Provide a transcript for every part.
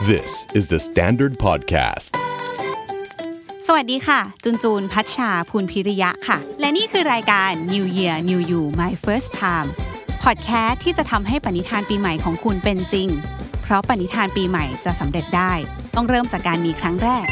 This is the Standard Podcast สวัสดีค่ะจูนพัชชาภูลพิริยะค่ะและนี่คือรายการ New Year New You My First Time พอดแคสต์ที่จะทำให้ปณิธานปีใหม่ของคุณเป็นจริงเพราะปณิธานปีใหม่จะสำเร็จได้ต้องเริ่มจากการมีครั้งแรก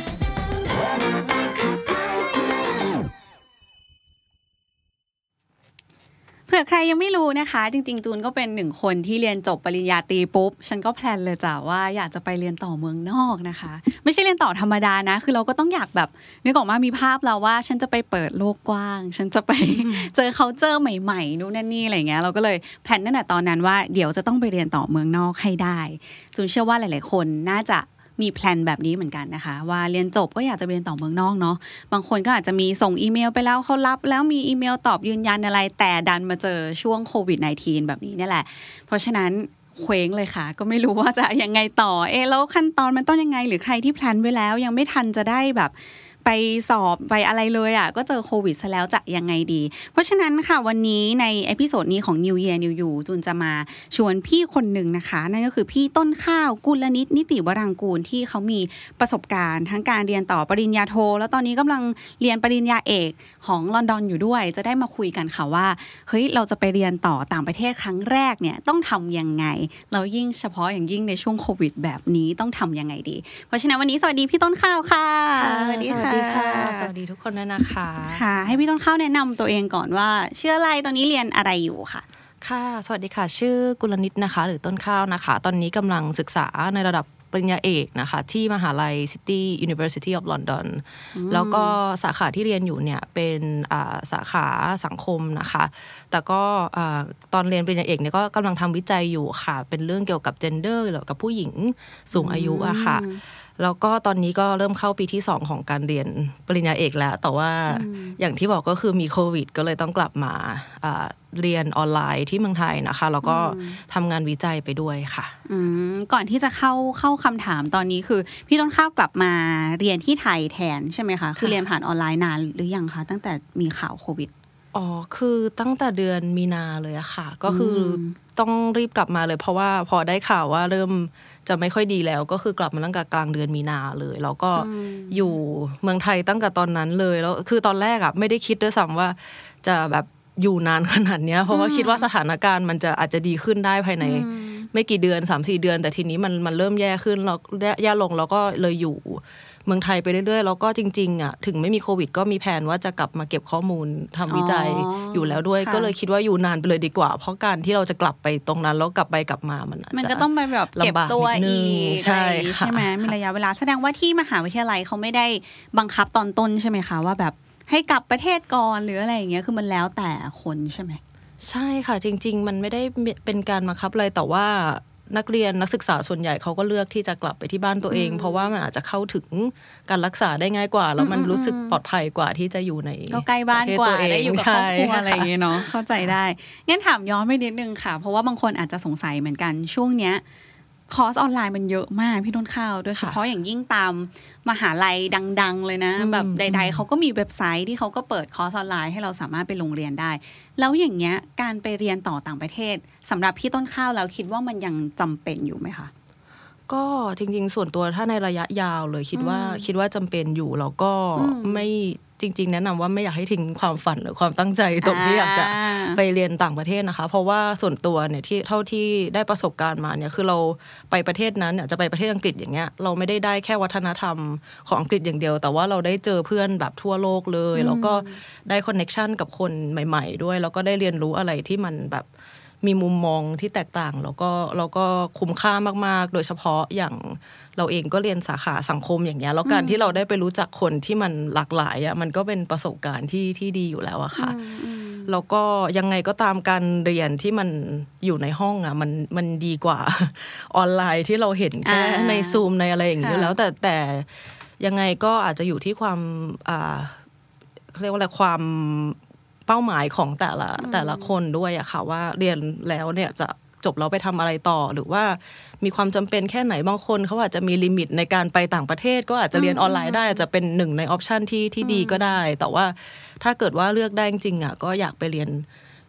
เผื่อใครยังไม่รู้นะคะจริงๆจูนก็เป็นหนึ่งคนที่เรียนจบปริญญาตรีปุ๊บฉันก็แพลนเลยจ้ะว่าอยากจะไปเรียนต่อเมืองนอกนะคะไม่ใช่เรียนต่อธรรมดานะคือเราก็ต้องอยากแบบนึกออกมามีภาพเราว่าฉันจะไปเปิดโลกกว้างฉันจะไปเจอ culture ใหม่ๆนู่นนั่นนี่อะไรเงี้ยเราก็เลยแพลนตั้งแต่ตอนนั้นว่าเดี๋ยวจะต้องไปเรียนต่อเมืองนอกให้ได้จูนเชื่อว่าหลายๆคนน่าจะมีแพลนแบบนี้เหมือนกันนะคะว่าเรียนจบก็อยากจะเรียนต่อเมืองนอกเนาะบางคนก็อาจจะมีส่งอีเมลไปแล้วเขารับแล้วมีอีเมลตอบยืนยันอะไรแต่ดันมาเจอช่วงโควิด -19 แบบนี้นี่แหละเพราะฉะนั้นเคว้งเลยค่ะก็ไม่รู้ว่าจะยังไงต่อแล้วขั้นตอนมันต้องยังไงหรือใครที่แพลนไว้แล้วยังไม่ทันจะได้แบบไปสอบไปอะไรเลยก็เจอโควิดซะแล้วจะยังไงดีเพราะฉะนั้นค่ะวันนี้ในเอพิโซดนี้ของ New Year New You จูนจะมาชวนพี่คนหนึ่งนะคะนั่นก็คือพี่ต้นข้าวกุลนิตนิติวรังกูลที่เขามีประสบการณ์ทั้งการเรียนต่อปริญญาโทแล้วตอนนี้กำลังเรียนปริญญาเอกของลอนดอนอยู่ด้วยจะได้มาคุยกันค่ะว่าเฮ้ยเราจะไปเรียนต่อต่างประเทศครั้งแรกเนี่ยต้องทำยังไงแล้วยิ่งเฉพาะอย่างยิ่งในช่วงโควิดแบบนี้ต้องทำยังไงดีเพราะฉะนั้นวันนี้สวัสดีพี่ต้นข้าวค่ะสวัสดีค่ะสวัสดีทุกคนด้วยนะคะค่ะให้พี่ต้นข้าวแนะนำตัวเองก่อนว่าชื่ออะไรตอนนี้เรียนอะไรอยู่ค่ะค่ะสวัสดีค่ะชื่อกุลนิตนะคะหรือต้นข้าวนะคะตอนนี้กำลังศึกษาในระดับปริญญาเอกนะคะที่มหาลัย City University of London แล้วก็สาขาที่เรียนอยู่เนี่ยเป็นสาขาสังคมนะคะแต่ก็ตอนเรียนปริญญาเอกเนี่ยก็กำลังทำวิจัยอยู่ค่ะเป็นเรื่องเกี่ยวกับ gender เกี่ยวกับผู้หญิงสูงอายุอะค่ะแล้วก็ตอนนี้ก็เริ่มเข้าปีที่2ของการเรียนปริญญาเอกแล้วแต่ว่าอย่างที่บอกก็คือมีโควิดก็เลยต้องกลับมาเรียนออนไลน์ที่เมืองไทยนะคะแล้วก็ทำงานวิจัยไปด้วยค่ะก่อนที่จะเข้าคำถามตอนนี้คือพี่ต้นข้าวกลับมาเรียนที่ไทยแทนใช่ไหมคะคือเรียนผ่านออนไลน์นานหรือยังคะตั้งแต่มีข่าวโควิดคือตั้งแต่เดือนมีนาเลยอะค่ะก็คือต้องรีบกลับมาเลยเพราะว่าพอได้ข่าวว่าเริ่มจะไม่ค่อยดีแล้วก็คือกลับมาตั้งแต่กลางเดือนมีนาเลยแล้วก็อยู่เมืองไทยตั้งแต่ตอนนั้นเลยแล้วคือตอนแรกอะไม่ได้คิดด้วยซ้ำว่าจะแบบอยู่นานขนาดนี้เพราะว่าคิดว่าสถานการณ์มันจะอาจจะดีขึ้นได้ภายในไม่กี่เดือน 3-4 เดือนแต่ทีนี้มันเริ่มแย่ขึ้นแล้วแย่ลงแล้วก็เลยอยู่เมืองไทยไปเรื่อยๆแล้วก็จริงๆอ่ะถึงไม่มีโควิดก็มีแผนว่าจะกลับมาเก็บข้อมูลทำวิจัยอยู่แล้วด้วยก็เลยคิดว่าอยู่นานไปเลยดีกว่าเพราะการที่เราจะกลับไปตรงนั้นแล้วกลับไปกลับมามันก็ต้องไปแบบเก็บตัวอีกใช่ไหมมีระยะเวลาแสดงว่าที่มหาวิทยาลัยเขาไม่ได้บังคับตอนต้นใช่ไหมคะว่าแบบให้กลับประเทศก่อนหรืออะไรอย่างเงี้ยคือมันแล้วแต่คนใช่ไหมใช่ค่ะจริงๆมันไม่ได้เป็นการบังคับอะไรแต่ว่านักเรียนนักศึกษาส่วนใหญ่เขาก็เลือกที่จะกลับไปที่บ้านตัวเองเพราะว่ามันอาจจะเข้าถึงการรักษาได้ง่ายกว่าแล้วมันรู้สึกปลอดภัยกว่าที่จะอยู่ในก็ใกล้บ้านกว่าได้อยู่กับครอบครัวอะไรอย่างเงี้ยเนาะเข้าใจได้งั้นถามย้อนไปนิดนึงค่ะเพราะว่าบางคนอาจจะสงสัยเหมือนกันช่วงเนี้ยคอร์สออนไลน์มันเยอะมากพี่ต้นข้าวโดยเฉพาะอย่างยิ่งตามมหาลัยดังๆเลยนะแบบใดๆเขาก็มีเว็บไซต์ที่เขาก็เปิดคอร์สออนไลน์ให้เราสามารถไปลงเรียนได้แล้วอย่างเงี้ยการไปเรียนต่อต่างประเทศสำหรับพี่ต้นข้าวแล้วคิดว่ามันยังจำเป็นอยู่ไหมคะก็จริงๆส่วนตัวถ้าในระยะยาวเลยคิดว่าจำเป็นอยู่แล้วก็ไม่จริงๆแนะนำว่าไม่อยากให้ทิ้งความฝันหรือความตั้งใจตรงที่อยากจะไปเรียนต่างประเทศนะคะเพราะว่าส่วนตัวเนี่ยที่เท่าที่ได้ประสบการณ์มาเนี่ยคือเราไปประเทศนั้นเนี่ยจะไปประเทศอังกฤษอย่างเงี้ยเราไม่ได้แค่วัฒนธรรมของอังกฤษอย่างเดียวแต่ว่าเราได้เจอเพื่อนแบบทั่วโลกเลยแล้วก็ได้คอนเนคชั่นกับคนใหม่ๆด้วยแล้วก็ได้เรียนรู้อะไรที่มันแบบมีมุมมองที่แตกต่างแล้วก็คุ้มค่ามากๆโดยเฉพาะอย่างเราเองก็เรียนสาขาสังคมอย่างเงี้ยแล้วการที่เราได้ไปรู้จักคนที่มันหลากหลายอ่ะมันก็เป็นประสบการณ์ที่ดีอยู่แล้วอะค่ะแล้วก็ยังไงก็ตามการเรียนที่มันอยู่ในห้องอ่ะมันดีกว่าออนไลน์ที่เราเห็นแค่ในซูมในอะไรอย่างเงี้ยแล้วแต่ยังไงก็อาจจะอยู่ที่ความเรียกว่าอะไรความเป้าหมายของแต่ละคนด้วยอะค่ะว่าเรียนแล้วเนี่ยจะจบแล้วไปทำอะไรต่อหรือว่ามีความจำเป็นแค่ไหนบางคนเขาอาจจะมีลิมิตในการไปต่างประเทศก็อาจจะเรียนออนไลน์ได้อาจจะเป็นหนึ่งในออปชันที่ดีก็ได้แต่ว่าถ้าเกิดว่าเลือกได้จริงๆอะก็อยากไปเรียน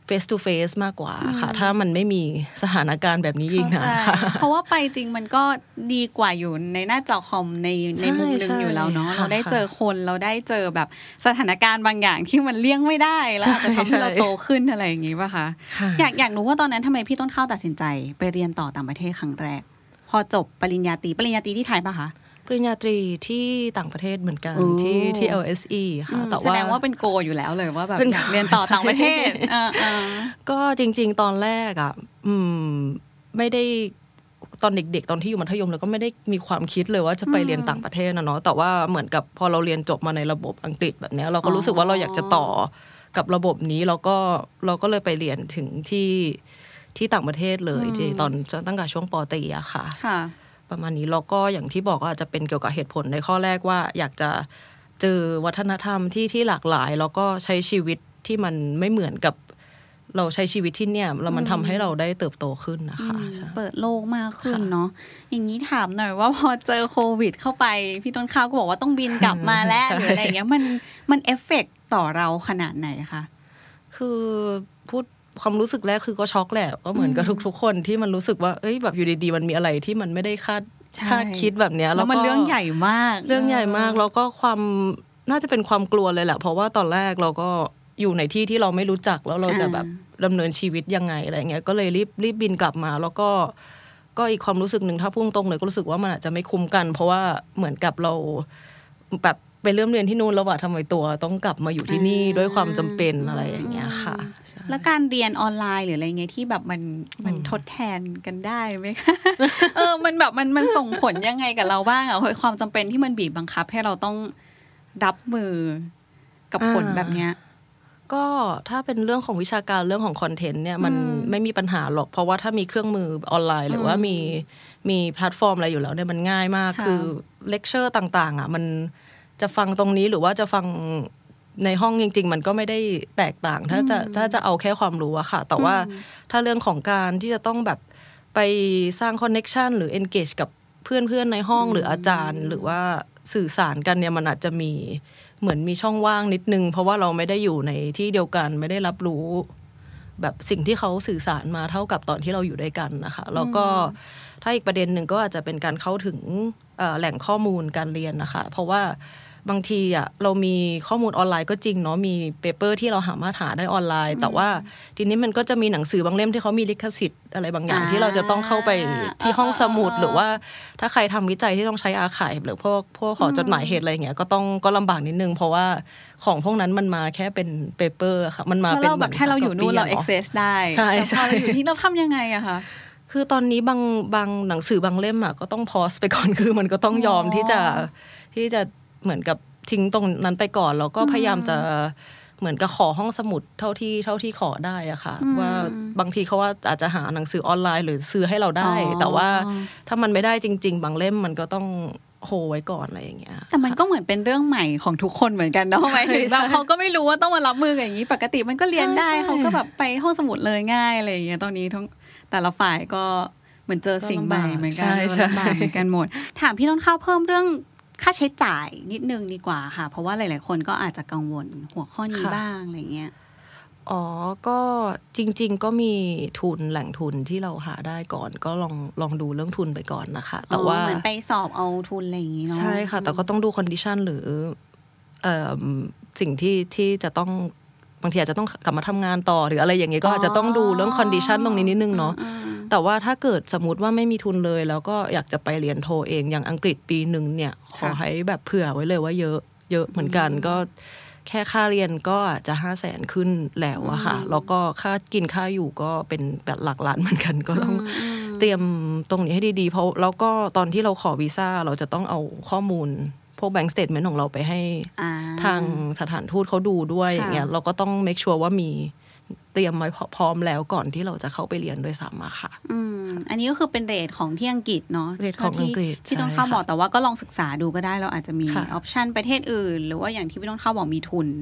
face to face มากกว่าค่ะถ้ามันไม่มีสถานการณ์แบบนี้อีกนะคะเพราะว่าไปจริงมันก็ดีกว่าอยู่ในหน้าจอคอมในมุมนึงอยู่แล้วเนาะเราได้เจอคนเราได้เจอแบบสถานการณ์บางอย่างที่มันเลี่ยงไม่ได้แล้วอาจจะทำให้เราโตขึ้นอะไรอย่างงี้ป่ะคะอยากรู้ว่าตอนนั้นทำไมพี่ต้นข้าวตัดสินใจไปเรียนต่อต่างประเทศครั้งแรกพอจบปริญญาตรีที่ไทยป่ะคะปริญญาตรีที่ต่างประเทศเหมือนกันที่ LSE ค่ะแต่ว่าแสดงว่าเป็นโกอยู่แล้วเลยว่าแบบอยากเรียนต่อต่างประเทศก็จริงๆตอนแรกอ่ะไม่ได้ตอนเด็กๆตอนที่อยู่มัธยมเราก็ไม่ได้มีความคิดเลยว่าจะไปเรียนต่างประเทศนะเนาะแต่ว่าเหมือนกับพอเราเรียนจบมาในระบบอังกฤษแบบนี้เราก็รู้สึกว่าเราอยากจะต่อกับระบบนี้เราก็เลยไปเรียนถึงที่ต่างประเทศเลยตอนตั้งแต่ช่วงป.ตรีอะค่ะประมาณนี้แล้วก็อย่างที่บอกว่าอาจจะเป็นเกี่ยวกับเหตุผลในข้อแรกว่าอยากจะเจอวัฒนธรรมที่หลากหลายแล้วก็ใช้ชีวิตที่มันไม่เหมือนกับเราใช้ชีวิตที่เนี่ยแล้วมันทำให้เราได้เติบโตขึ้นนะคะเปิดโลกมากขึ้นเนาะอย่างนี้ถามหน่อยว่าพอเจอโควิดเข้าไปพี่ต้นข้าวก็บอกว่าต้องบินกลับมาแล้วหรืออะไรเงี้ยมันเอฟเฟกต์ต่อเราขนาดไหนคะคือพูดความรู้สึกแรกคือก็ช็อกแหละก็เหมือนกับทุกๆคนที่มันรู้สึกว่าเอ้ยแบบอยู่ดีๆมันมีอะไรที่มันไม่ได้คาดคิดแบบเนี้ยแล้วมันเรื่องใหญ่มากเรื่องใหญ่มากแล้วก็ความน่าจะเป็นความกลัวเลยแหละเพราะว่าตอนแรกเราก็อยู่ในที่ที่เราไม่รู้จักแล้วเราจะแบบดำเนินชีวิตยังไงอะไรเงี้ยก็เลยรีบบินกลับมาแล้วก็อีกความรู้สึกหนึ่งถ้าพุ่งตรงเลยก็รู้สึกว่ามันอาจจะไม่คุ้มกันเพราะว่าเหมือนกับเราแบบไปเริ่มเรียนที่นู่นแล้วว่าทำไมตัวต้องกลับมาอยู่ที่นี่ด้วยความจำเป็นอะไรอย่างเงี้ยค่ะแล้วการเรียนออนไลน์หรืออะไรเงี้ยที่แบบมันทดแทนกันได้ไหมคะ มันแบบมันส่งผลยังไงกับเราบ้างอะความจำเป็นที่มันบีบบังคับให้เราต้องรับมือกับผลแบบเนี้ยก็ถ้าเป็นเรื่องของวิชาการเรื่องของคอนเทนต์เนี่ยมันไม่มีปัญหาหรอกเพราะว่าถ้ามีเครื่องมือออนไลน์หรือว่ามีแพลตฟอร์มอะไรอยู่แล้วเนี่ยมันง่ายมากคือเลคเชอร์ต่างๆอ่ะมันจะฟังตรงนี้หรือว่าจะฟังในห้องจริงๆมันก็ไม่ได้แตกต่างถ้าจะเอาแค่ความรู้อะค่ะแต่ว่าถ้าเรื่องของการที่จะต้องแบบไปสร้างคอนเนคชันหรือ engage กับเพื่อนๆในห้องหรืออาจารย์หรือว่าสื่อสารกันเนี่ยมันอาจจะมีเหมือนมีช่องว่างนิดนึงเพราะว่าเราไม่ได้อยู่ในที่เดียวกันไม่ได้รับรู้แบบสิ่งที่เขาสื่อสารมาเท่ากับตอนที่เราอยู่ด้วยกันนะคะแล้วก็ถ้าอีกประเด็นหนึ่งก็อาจจะเป็นการเข้าถึงแหล่งข้อมูลการเรียนนะคะเพราะว่าบางทีอ่ะเรามีข้อมูลออนไลน์ก็จริงเนาะมีเปเปอร์ที่เราสามารถหาได้ออนไลน์แต่ว่าทีนี้มันก็จะมีหนังสือบางเล่มที่เขามีลิขสิทธิ์อะไรบางอย่างที่เราจะต้องเข้าไปที่ห้องสมุดหรือว่าถ้าใครทำวิจัยที่ต้องใช้อาร์ไคฟ์หรือพวกขอจดหมายเหตุอะไรอย่างเงี้ยก็ลำบากนิดนึงเพราะว่าของพวกนั้นมันมาแค่เป็นเปเปอร์ค่ะมันมาเป็นแบบให้เราอยู่นู่นเรา access ได้แต่พอเราอยู่ที่เราทำยังไงอะคะคือตอนนี้บางหนังสือบางเล่มอ่ะก็ต้องพอสไปก่อนคือมันก็ต้องยอมที่จะเหมือนกับทิ้งตรงนั้นไปก่อนแล้วก็พยายามจะเหมือนกับขอห้องสมุดเท่าที่ขอได้อะค่ะว่าบางทีเขาว่าอาจจะหาหนังสือออนไลน์หรือซื้อให้เราได้แต่ว่าถ้ามันไม่ได้จริงๆบางเล่มมันก็ต้องโฮไว้ก่อนอะไรอย่างเงี้ยแต่มันก็เหมือนเป็นเรื่องใหม่ของทุกคนเหมือนกันเนาะหมายถึงบางเขาก็ไม่รู้ว่าต้องมารับมืออย่างนี้ปกติมันก็เรียนได้เขาก็แบบไปห้องสมุดเลยง่ายอะไรอย่างเงี้ยตอนนี้ทั้งแต่ละฝ่ายก็เหมือนเจอสิ่งใหม่เหมือนกันลำบากเหมือนกันหมดถามพี่ต้นข้าวเพิ่มเรื่องค่าใช้จ่ายนิดนึงดีกว่าค่ะเพราะว่าหลายๆคนก็อาจจะกังวลหัวข้อนี้บ้างอะไรเงี้ยก็จริงๆก็มีทุนแหล่งทุนที่เราหาได้ก่อนก็ลองดูเรื่องทุนไปก่อนนะคะแต่ว่าเหมือนไปสอบเอาทุนอะไรอย่างงี้เนาะใช่ค่ะแต่ก็ต้องดูคอนดิชันหรือสิ่งที่จะต้องบางทีอาจจะต้องกลับมาทำงานต่อหรืออะไรอย่างเงี้ยก็อาจจะต้องดูเรื่องคอนดิชันตรงนี้นิดนึงเนาะแต่ว่าถ้าเกิดสมมติว่าไม่มีทุนเลยแล้วก็อยากจะไปเรียนโทเองอย่างอังกฤษปีนึงเนี่ยขอให้แบบเผื่อไว้เลยว่าเยอะเหมือนกันก็แค่ค่าเรียนก็จะ500,000ขึ้นแล้วอะค่ะแล้วก็ค่ากินค่าอยู่ก็เป็นแบบหลักล้านเหมือนกันก็ต้องเตรียมตรงนี้ให้ดีๆเพราะแล้วก็ตอนที่เราขอวีซ่าเราจะต้องเอาข้อมูลพวกแบงก์สเตทเมนต์ของเราไปให้ทางสถานทูตเขาดูด้วยอย่างเงี้ยเราก็ต้องเมคชัวร์ว่ามีเตรียมไว้พร้อมแล้วก่อนที่เราจะเข้าไปเรียนด้วยซ้ำค่ะอันนี้ก็คือเป็นเรทของที่อังกฤษเนาะเรทของอังกฤษที่ต้องเข้าบอกแต่ว่าก็ลองศึกษาดูก็ได้เราอาจจะมีออปชันประเทศอื่นหรือว่าอย่างที่พี่ต้องเข้าบอกมีทุน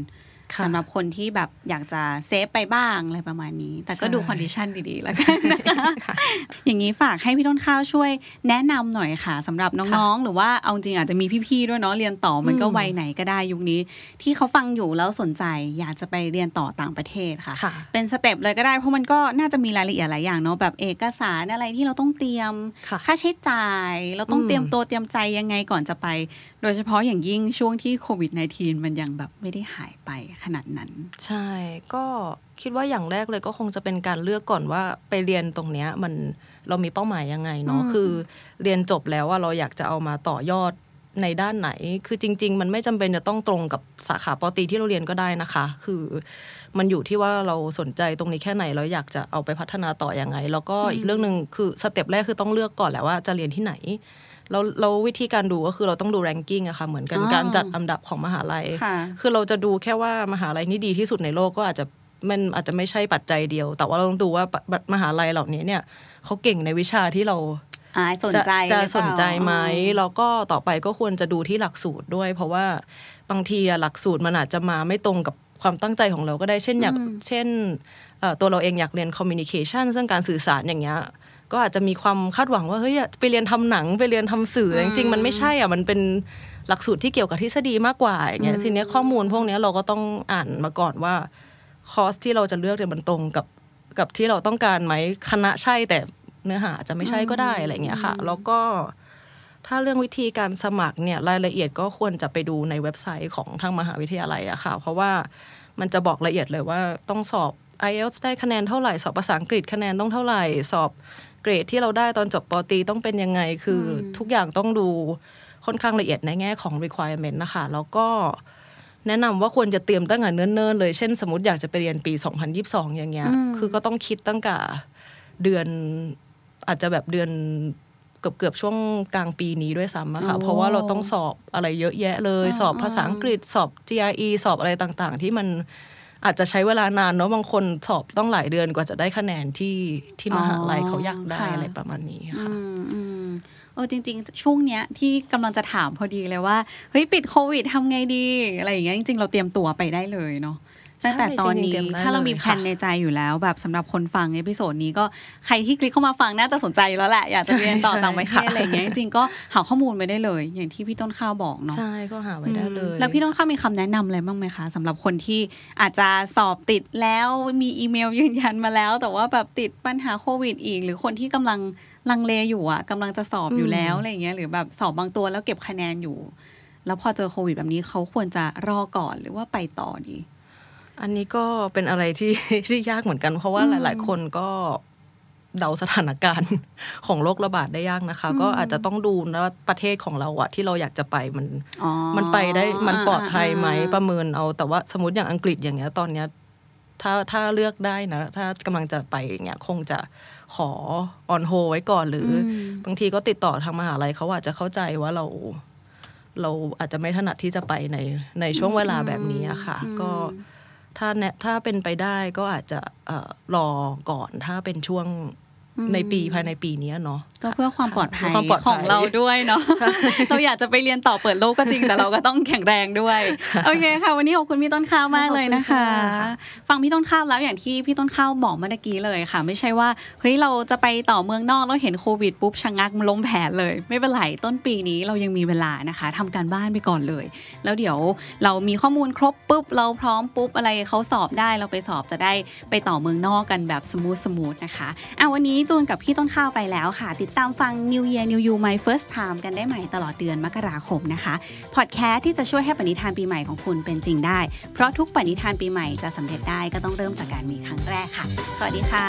สำหรับคนที่แบบอยากจะเซฟไปบ้างอะไรประมาณนี้แต่ก็ดูคอนดิชันดีๆแล้วกันนะคะอย่างนี้ฝากให้พี่ต้นข้าวช่วยแนะนำหน่อยค่ะสำหรับน้องๆหรือว่าเอาจริงอาจจะมีพี่ๆด้วยเนาะเรียนต่อมันก็วัยไหนก็ได้ยุคนี้ที่เขาฟังอยู่แล้วสนใจอยากจะไปเรียนต่อต่างประเทศค่ะเป็นสเต็ปเลยก็ได้เพราะมันก็น่าจะมีรายละเอียดหลายอย่างเนาะแบบเอกสารอะไรที่เราต้องเตรียมค่าใช้จ่ายเราต้องเตรียมตัวเตรียมใจยังไงก่อนจะไปโดยเฉพาะอย่างยิ่งช่วงที่โควิด -19 มันยังแบบไม่ได้หายไปขนาดนั้นใช่ก็คิดว่าอย่างแรกเลยก็คงจะเป็นการเลือกก่อนว่าไปเรียนตรงเนี้ยมันเรามีเป้าหมายยังไงเนาะคือเรียนจบแล้วว่าเราอยากจะเอามาต่อยอดในด้านไหนคือจริงๆมันไม่จำเป็นจะต้องตรงกับสาขาป.ตรีที่เราเรียนก็ได้นะคะคือมันอยู่ที่ว่าเราสนใจตรงนี้แค่ไหนเราอยากจะเอาไปพัฒนาต่อยังไงแล้วก็อีกเรื่องนึงคือสเต็ปแรกคือต้องเลือกก่อนแหละว่าจะเรียนที่ไหนเราวิธีการดูก็คือเราต้องดูแรงกิ้งอะค่ะเหมือนกันการจัดอันดับของมหาลัยคือเราจะดูแค่ว่ามหาลัยนี้ดีที่สุดในโลกก็อาจจะไม่ใช่ปัจจัยเดียวแต่ว่าเราต้องดูว่ามหาลัยเหล่านี้เนี่ยเขาเก่งในวิชาที่เราจะสนใจไหมแล้วก็ต่อไปก็ควรจะดูที่หลักสูตรด้วยเพราะว่าบางทีหลักสูตรมันอาจจะมาไม่ตรงกับความตั้งใจของเราก็ได้เช่นตัวเราเองอยากเรียน communication ซึ่งการสื่อสารอย่างเงี้ยก็อาจจะมีความคาดหวังว่าเฮ้ยไปเรียนทำหนังไปเรียนทำสื่อจริงๆมันไม่ใช่อ่ะมันเป็นหลักสูตรที่เกี่ยวกับทฤษฎีมากกว่าอย่างเงี้ยทีนี้ข้อมูลพวกนี้เราก็ต้องอ่านมาก่อนว่าคอร์สที่เราจะเลือกเนี่ยมันตรงกับที่เราต้องการไหมคณะใช่แต่เนื้อหาจะไม่ใช่ก็ได้อะไรเงี้ยค่ะแล้วก็ถ้าเรื่องวิธีการสมัครเนี่ยรายละเอียดก็ควรจะไปดูในเว็บไซต์ของทางมหาวิทยาลัยอะค่ะเพราะว่ามันจะบอกละเอียดเลยว่าต้องสอบ IELTS ได้คะแนนเท่าไหร่สอบภาษาอังกฤษคะแนนต้องเท่าไหร่สอบเกรดที่เราได้ตอนจบป.ตรีต้องเป็นยังไงคือทุกอย่างต้องดูค่อนข้างละเอียดในแง่ของ requirement นะคะแล้วก็แนะนำว่าควรจะเตรียมตั้งแต่เนิ่นๆเลยเช่นสมมติอยากจะไปเรียนปี 2022 อย่างเงี้ยคือก็ต้องคิดตั้งแต่เดือนอาจจะแบบเดือนเกือบช่วงกลางปีนี้ด้วยซ้ำอะค่ะเพราะว่าเราต้องสอบอะไรเยอะแยะเลยสอบภาษาอังกฤษสอบ GRE สอบอะไรต่างๆที่มันอาจจะใช้เวลานานเนาะบางคนสอบต้องหลายเดือนกว่าจะได้คะแนนที่มหาลัยเขาอยากได้อะไรประมาณนี้ค่ะจริงๆช่วงเนี้ยที่กำลังจะถามพอดีเลยว่าเฮ้ยปิดโควิดทำไงดีอะไรอย่างเงี้ยจริงๆเราเตรียมตัวไปได้เลยเนาะตั้งแต่ตอนนี้ถ้าเรามีแผนในใจอยู่แล้วแบบสำหรับคนฟังเอพิโซดนี้ก็ใครที่คลิกเข้ามาฟังน่าจะสนใจแล้วแหละอยากจะเรียนต่อต่างประเทศอะไรอย่างเงี้ยจริงๆก็หาข้อมูลไปได้เลยอย่างที่พี่ต้นข้าวบอกเนาะใช่ก็หาไว้ได้เลยแล้วพี่ต้นข้าวมีคำแนะนำอะไรบ้างไหมคะสำหรับคนที่อาจจะสอบติดแล้วมีอีเมลยืนยันมาแล้วแต่ว่าแบบติดปัญหาโควิดอีกหรือคนที่กำลังลังเลอยู่อ่ะกำลังจะสอบอยู่แล้วอะไรอย่างเงี้ยหรือแบบสอบบางตัวแล้วเก็บคะแนนอยู่แล้วพอเจอโควิดแบบนี้เขาควรจะรอก่อนหรือว่าไปต่อดีอันนี้ก็เป็นอะไรที่ยากเหมือนกันเพราะว่าหลายๆคนก็เดาสถานการณ์ของโรคระบาดได้ยากนะคะก็อาจจะต้องดูนะว่าประเทศของเราอะที่เราอยากจะไปมันไปได้มันปลอดภัยไหมประเมินเอาแต่ว่าสมมติอย่างอังกฤษอย่างเงี้ยตอนเนี้ยถ้าเลือกได้นะถ้ากำลังจะไปอย่างเงี้ยคงจะขอออนโฮไว้ก่อนหรือบางทีก็ติดต่อทางมหาลัยเขาอาจจะเข้าใจว่าเราอาจจะไม่ถนัดที่จะไปในช่วงเวลาแบบนี้อะค่ะก็ถ้าเป็นไปได้ก็อาจจะรอก่อนถ้าเป็นช่วงภายในปีนี้เนาะก็เพื่อความปลอดภัยของเราด้วยเนาะเราอยากจะไปเรียนต่อเปิดโลกก็จริงแต่เราก็ต้องแข็งแรงด้วยโอเคค่ะวันนี้ขอบคุณพี่ต้นข้าวมากเลยนะคะฟังพี่ต้นข้าวแล้วอย่างที่พี่ต้นข้าวบอกเมื่อกี้เลยค่ะไม่ใช่ว่าเฮ้ยเราจะไปต่อเมืองนอกแล้วเห็นโควิดปุ๊บชะงักล้มแผนเลยไม่เป็นไรต้นปีนี้เรายังมีเวลานะคะทำการบ้านไปก่อนเลยแล้วเดี๋ยวเรามีข้อมูลครบปุ๊บเราพร้อมปุ๊บอะไรเขาสอบได้เราไปสอบจะได้ไปต่อเมืองนอกกันแบบสมูทนะคะวันนี้จูนกับพี่ต้นข้าวไปแล้วค่ะติดตามฟัง New Year New You My First Time กันได้ใหม่ตลอดเดือนมกราคมนะคะพอดแคสต์ที่จะช่วยให้ปณิธานปีใหม่ของคุณเป็นจริงได้เพราะทุกปณิธานปีใหม่จะสำเร็จได้ก็ต้องเริ่มจากการมีครั้งแรกค่ะสวัสดีค่ะ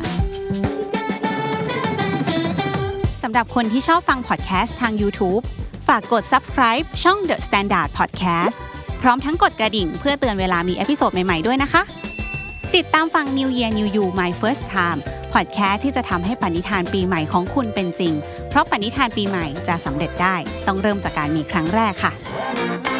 สำหรับคนที่ชอบฟังพอดแคสต์ทาง YouTube ฝากกด Subscribe ช่อง The Standard Podcast พร้อมทั้งกดกระดิ่งเพื่อเตือนเวลามีเอพิโซดใหม่ๆด้วยนะคะติดตามฟัง New Year New You My First Time พอดแคสต์ที่จะทำให้ปณิธานปีใหม่ของคุณเป็นจริงเพราะปณิธานปีใหม่จะสำเร็จได้ต้องเริ่มจากการมีครั้งแรกค่ะ